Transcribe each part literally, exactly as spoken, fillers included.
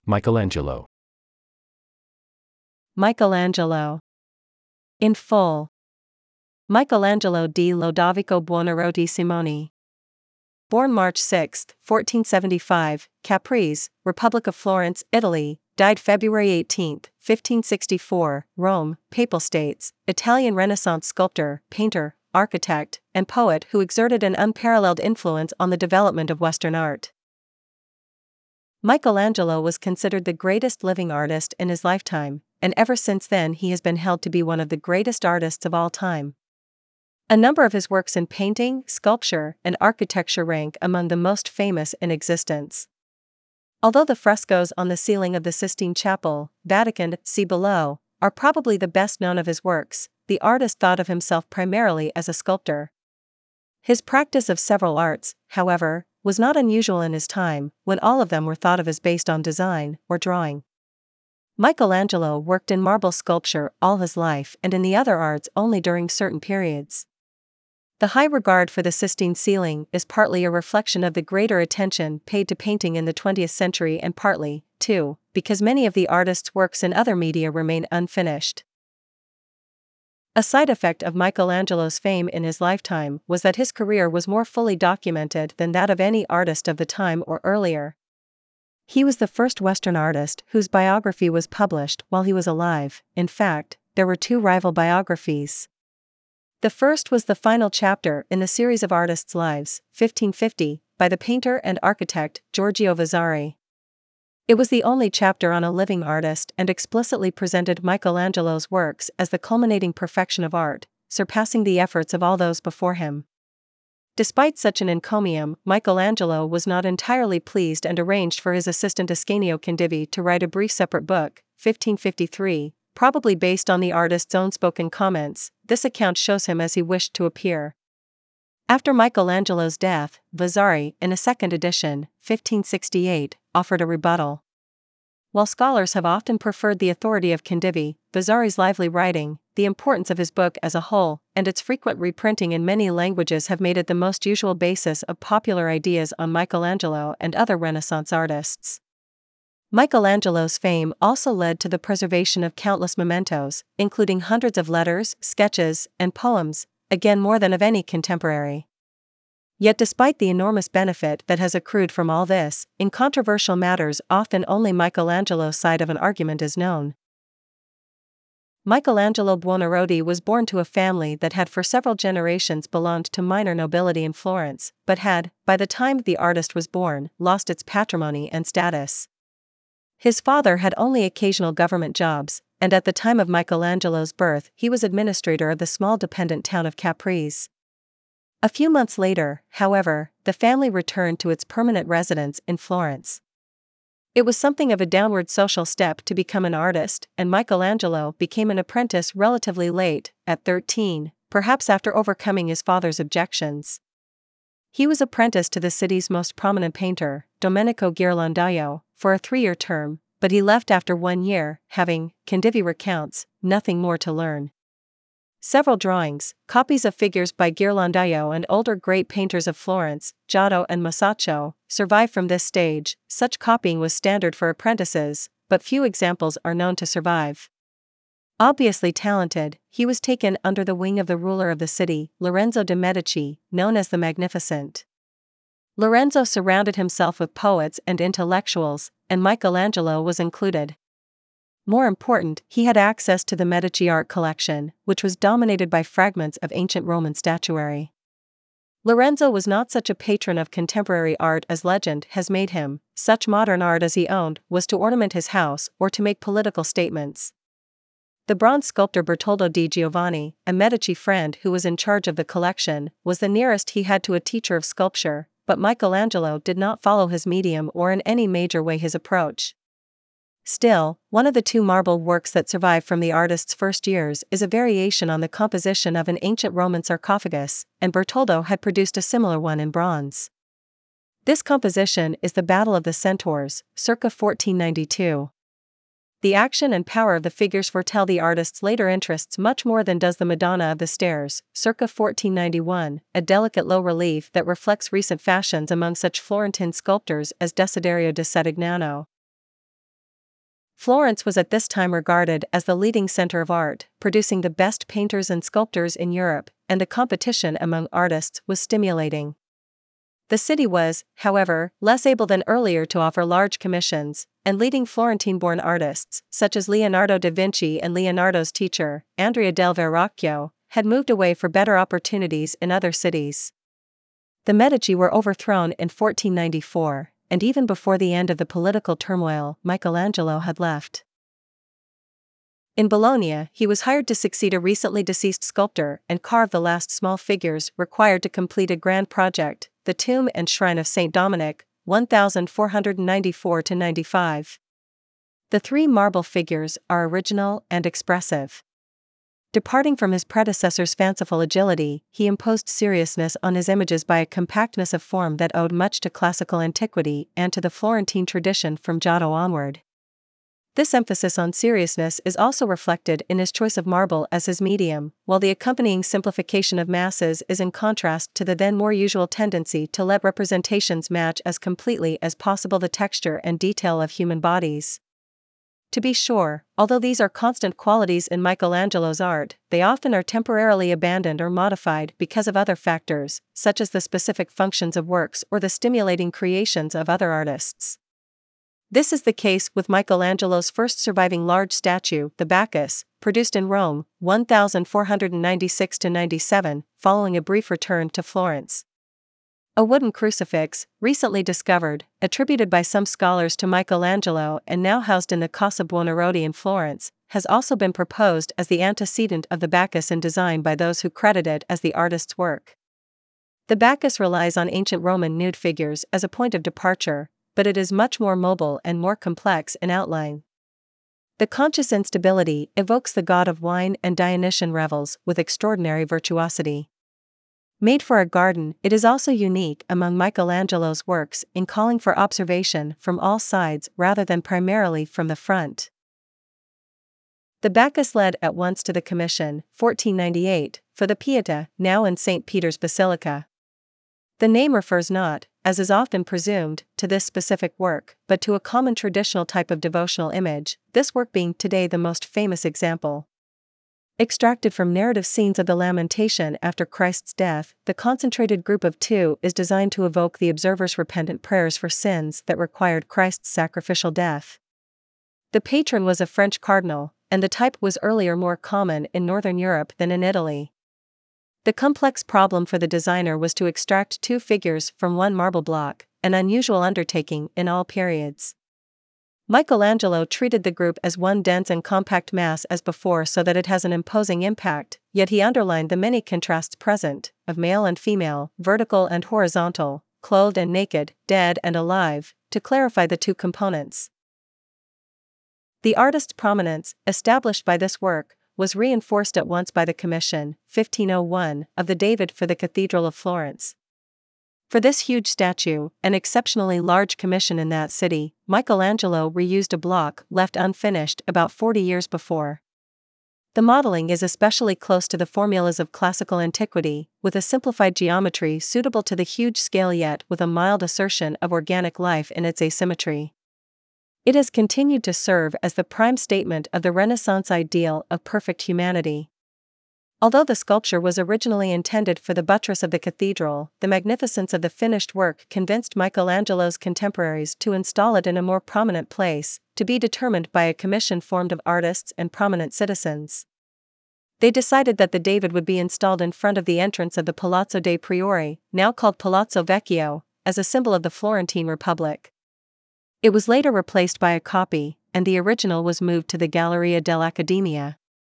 Michelangelo. Michelangelo. In full. Michelangelo di Lodovico Buonarroti Simoni. Born March sixth, fourteen seventy-five, Caprese, Republic of Florence, Italy, died February eighteenth, fifteen sixty-four, Rome, Papal States, Italian Renaissance sculptor, painter, architect, and poet who exerted an unparalleled influence on the development of Western art. Michelangelo was considered the greatest living artist in his lifetime, and ever since then he has been held to be one of the greatest artists of all time. A number of his works in painting, sculpture, and architecture rank among the most famous in existence. Although the frescoes on the ceiling of the Sistine Chapel, Vatican, see below, are probably the best known of his works, the artist thought of himself primarily as a sculptor. His practice of several arts, however, was not unusual in his time, when all of them were thought of as based on design or drawing. Michelangelo worked in marble sculpture all his life and in the other arts only during certain periods. The high regard for the Sistine ceiling is partly a reflection of the greater attention paid to painting in the twentieth century and partly, too, because many of the artist's works in other media remain unfinished. A side effect of Michelangelo's fame in his lifetime was that his career was more fully documented than that of any artist of the time or earlier. He was the first Western artist whose biography was published while he was alive. In fact, there were two rival biographies. The first was the final chapter in the series of artists' lives, fifteen fifty, by the painter and architect Giorgio Vasari. It was the only chapter on a living artist and explicitly presented Michelangelo's works as the culminating perfection of art, surpassing the efforts of all those before him. Despite such an encomium, Michelangelo was not entirely pleased and arranged for his assistant Ascanio Condivi to write a brief separate book, fifteen fifty-three, probably based on the artist's own spoken comments. This account shows him as he wished to appear. After Michelangelo's death, Vasari, in a second edition, fifteen sixty-eight, offered a rebuttal. While scholars have often preferred the authority of Condivi, Vasari's lively writing, the importance of his book as a whole, and its frequent reprinting in many languages have made it the most usual basis of popular ideas on Michelangelo and other Renaissance artists. Michelangelo's fame also led to the preservation of countless mementos, including hundreds of letters, sketches, and poems, again more than of any contemporary. Yet despite the enormous benefit that has accrued from all this, in controversial matters often only Michelangelo's side of an argument is known. Michelangelo Buonarroti was born to a family that had for several generations belonged to minor nobility in Florence, but had, by the time the artist was born, lost its patrimony and status. His father had only occasional government jobs, and at the time of Michelangelo's birth he was administrator of the small dependent town of Caprese. A few months later, however, the family returned to its permanent residence in Florence. It was something of a downward social step to become an artist, and Michelangelo became an apprentice relatively late, at thirteen, perhaps after overcoming his father's objections. He was apprenticed to the city's most prominent painter, Domenico Ghirlandaio, for a three-year term, but he left after one year, having, Condivi recounts, nothing more to learn. Several drawings, copies of figures by Ghirlandaio and older great painters of Florence, Giotto and Masaccio, survive from this stage. Such copying was standard for apprentices, but few examples are known to survive. Obviously talented, he was taken under the wing of the ruler of the city, Lorenzo de' Medici, known as the Magnificent. Lorenzo surrounded himself with poets and intellectuals, and Michelangelo was included. More important, he had access to the Medici art collection, which was dominated by fragments of ancient Roman statuary. Lorenzo was not such a patron of contemporary art as legend has made him. Such modern art as he owned was to ornament his house or to make political statements. The bronze sculptor Bertoldo di Giovanni, a Medici friend who was in charge of the collection, was the nearest he had to a teacher of sculpture, but Michelangelo did not follow his medium or in any major way his approach. Still, one of the two marble works that survive from the artist's first years is a variation on the composition of an ancient Roman sarcophagus, and Bertoldo had produced a similar one in bronze. This composition is the Battle of the Centaurs, circa fourteen ninety-two. The action and power of the figures foretell the artist's later interests much more than does the Madonna of the Stairs, circa fourteen ninety-one, a delicate low relief that reflects recent fashions among such Florentine sculptors as Desiderio da Settignano. Florence was at this time regarded as the leading center of art, producing the best painters and sculptors in Europe, and the competition among artists was stimulating. The city was, however, less able than earlier to offer large commissions, and leading Florentine-born artists, such as Leonardo da Vinci and Leonardo's teacher, Andrea del Verrocchio, had moved away for better opportunities in other cities. The Medici were overthrown in fourteen ninety-four, and even before the end of the political turmoil, Michelangelo had left. In Bologna, he was hired to succeed a recently deceased sculptor and carve the last small figures required to complete a grand project, the tomb and shrine of Saint Dominic, fourteen ninety-four to ninety-five. The three marble figures are original and expressive. Departing from his predecessor's fanciful agility, he imposed seriousness on his images by a compactness of form that owed much to classical antiquity and to the Florentine tradition from Giotto onward. This emphasis on seriousness is also reflected in his choice of marble as his medium, while the accompanying simplification of masses is in contrast to the then more usual tendency to let representations match as completely as possible the texture and detail of human bodies. To be sure, although these are constant qualities in Michelangelo's art, they often are temporarily abandoned or modified because of other factors, such as the specific functions of works or the stimulating creations of other artists. This is the case with Michelangelo's first surviving large statue, the Bacchus, produced in Rome, fourteen ninety-six to ninety-seven, following a brief return to Florence. A wooden crucifix, recently discovered, attributed by some scholars to Michelangelo and now housed in the Casa Buonarroti in Florence, has also been proposed as the antecedent of the Bacchus in design by those who credit it as the artist's work. The Bacchus relies on ancient Roman nude figures as a point of departure, but it is much more mobile and more complex in outline. The conscious instability evokes the god of wine and Dionysian revels with extraordinary virtuosity. Made for a garden, it is also unique among Michelangelo's works in calling for observation from all sides rather than primarily from the front. The Bacchus led at once to the commission, fourteen ninety-eight, for the Pietà, now in Saint Peter's Basilica. The name refers not, as is often presumed, to this specific work, but to a common traditional type of devotional image, this work being today the most famous example. Extracted from narrative scenes of the Lamentation after Christ's death, the concentrated group of two is designed to evoke the observer's repentant prayers for sins that required Christ's sacrificial death. The patron was a French cardinal, and the type was earlier more common in Northern Europe than in Italy. The complex problem for the designer was to extract two figures from one marble block, an unusual undertaking in all periods. Michelangelo treated the group as one dense and compact mass as before so that it has an imposing impact, yet he underlined the many contrasts present, of male and female, vertical and horizontal, clothed and naked, dead and alive, to clarify the two components. The artist's prominence, established by this work, was reinforced at once by the commission, fifteen oh one, of the David for the Cathedral of Florence. For this huge statue, an exceptionally large commission in that city, Michelangelo reused a block left unfinished about forty years before. The modeling is especially close to the formulas of classical antiquity, with a simplified geometry suitable to the huge scale yet with a mild assertion of organic life in its asymmetry. It has continued to serve as the prime statement of the Renaissance ideal of perfect humanity. Although the sculpture was originally intended for the buttress of the cathedral, the magnificence of the finished work convinced Michelangelo's contemporaries to install it in a more prominent place, to be determined by a commission formed of artists and prominent citizens. They decided that the David would be installed in front of the entrance of the Palazzo dei Priori, now called Palazzo Vecchio, as a symbol of the Florentine Republic. It was later replaced by a copy, and the original was moved to the Galleria dell'Accademia.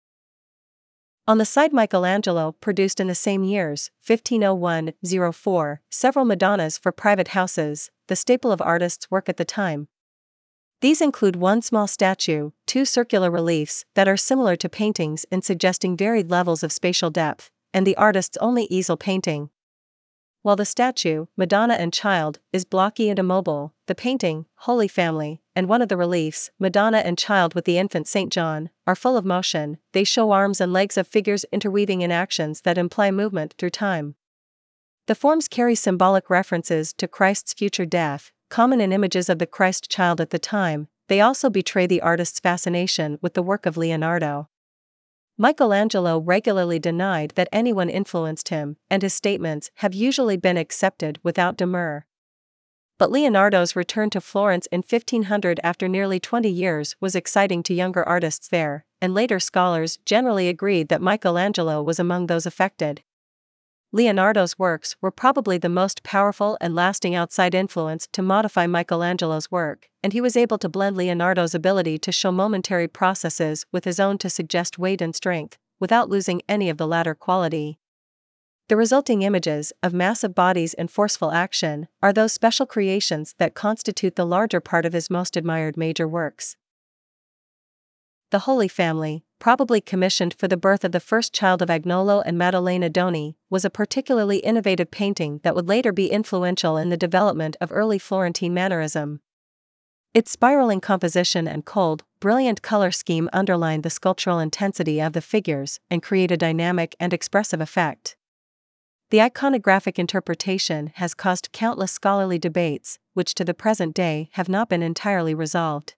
On the side Michelangelo produced in the same years, fifteen oh one to oh four, several Madonnas for private houses, the staple of artists' work at the time. These include one small statue, two circular reliefs that are similar to paintings in suggesting varied levels of spatial depth, and the artist's only easel painting. While the statue, Madonna and Child, is blocky and immobile, the painting, Holy Family, and one of the reliefs, Madonna and Child with the infant Saint John, are full of motion. They show arms and legs of figures interweaving in actions that imply movement through time. The forms carry symbolic references to Christ's future death, common in images of the Christ child at the time. they also betray the artist's fascination with the work of Leonardo. Michelangelo regularly denied that anyone influenced him, and his statements have usually been accepted without demur. But Leonardo's return to Florence in fifteen hundred after nearly twenty years was exciting to younger artists there, and later scholars generally agreed that Michelangelo was among those affected. Leonardo's works were probably the most powerful and lasting outside influence to modify Michelangelo's work, and he was able to blend Leonardo's ability to show momentary processes with his own to suggest weight and strength, without losing any of the latter quality. The resulting images of massive bodies and forceful action are those special creations that constitute the larger part of his most admired major works. The Holy Family, probably commissioned for the birth of the first child of Agnolo and Maddalena Doni, was a particularly innovative painting that would later be influential in the development of early Florentine Mannerism. Its spiraling composition and cold, brilliant color scheme underlined the sculptural intensity of the figures and create a dynamic and expressive effect. The iconographic interpretation has caused countless scholarly debates, which to the present day have not been entirely resolved.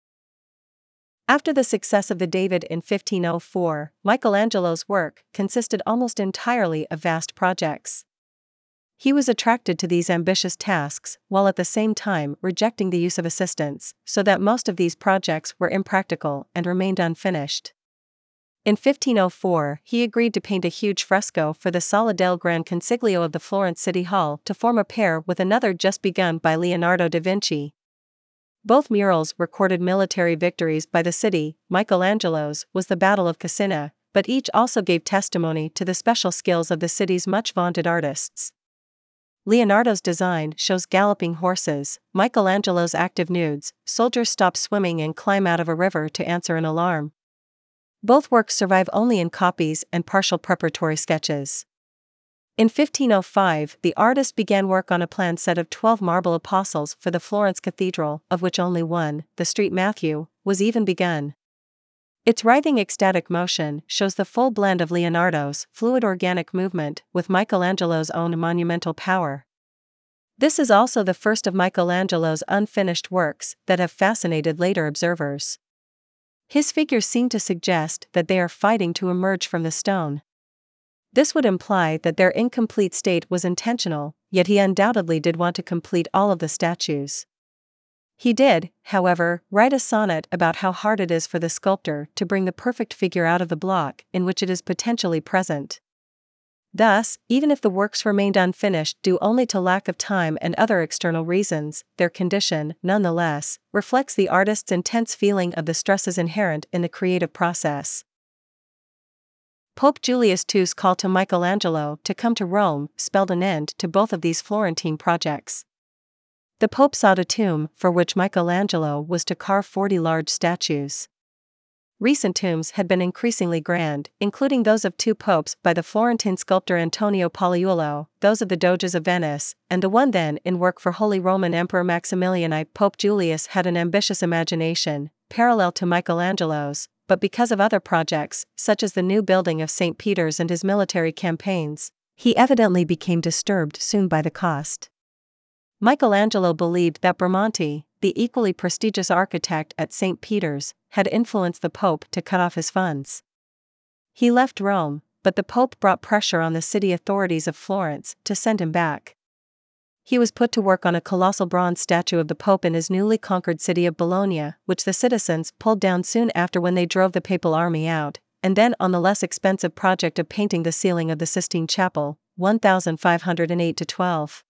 After the success of the David in fifteen oh four, Michelangelo's work consisted almost entirely of vast projects. He was attracted to these ambitious tasks, while at the same time rejecting the use of assistants, so that most of these projects were impractical and remained unfinished. In fifteen oh four, he agreed to paint a huge fresco for the Sala del Gran Consiglio of the Florence City Hall to form a pair with another just begun by Leonardo da Vinci. Both murals recorded military victories by the city. Michelangelo's was the Battle of Cassina, but each also gave testimony to the special skills of the city's much vaunted artists. Leonardo's design shows galloping horses, Michelangelo's active nudes, soldiers stop swimming and climb out of a river to answer an alarm. Both works survive only in copies and partial preparatory sketches. In fifteen oh five, the artist began work on a planned set of twelve marble apostles for the Florence Cathedral, of which only one, the Street Matthew, was even begun. Its writhing ecstatic motion shows the full blend of Leonardo's fluid organic movement with Michelangelo's own monumental power. This is also the first of Michelangelo's unfinished works that have fascinated later observers. His figures seem to suggest that they are fighting to emerge from the stone. This would imply that their incomplete state was intentional, yet he undoubtedly did want to complete all of the statues. He did, however, write a sonnet about how hard it is for the sculptor to bring the perfect figure out of the block in which it is potentially present. Thus, even if the works remained unfinished due only to lack of time and other external reasons, their condition, nonetheless, reflects the artist's intense feeling of the stresses inherent in the creative process. Pope Julius the Second's call to Michelangelo to come to Rome spelled an end to both of these Florentine projects. The Pope sought a tomb for which Michelangelo was to carve forty large statues. Recent tombs had been increasingly grand, including those of two popes by the Florentine sculptor Antonio Pollaiuolo, those of the Doges of Venice, and the one then in work for Holy Roman Emperor Maximilian the First. Pope Julius had an ambitious imagination, parallel to Michelangelo's, but because of other projects, such as the new building of Saint Peter's and his military campaigns, he evidently became disturbed soon by the cost. Michelangelo believed that Bramante, the equally prestigious architect at Saint Peter's, had influenced the Pope to cut off his funds. He left Rome, but the Pope brought pressure on the city authorities of Florence to send him back. He was put to work on a colossal bronze statue of the Pope in his newly conquered city of Bologna, which the citizens pulled down soon after when they drove the papal army out, and then on the less expensive project of painting the ceiling of the Sistine Chapel, fifteen oh eight to twelve.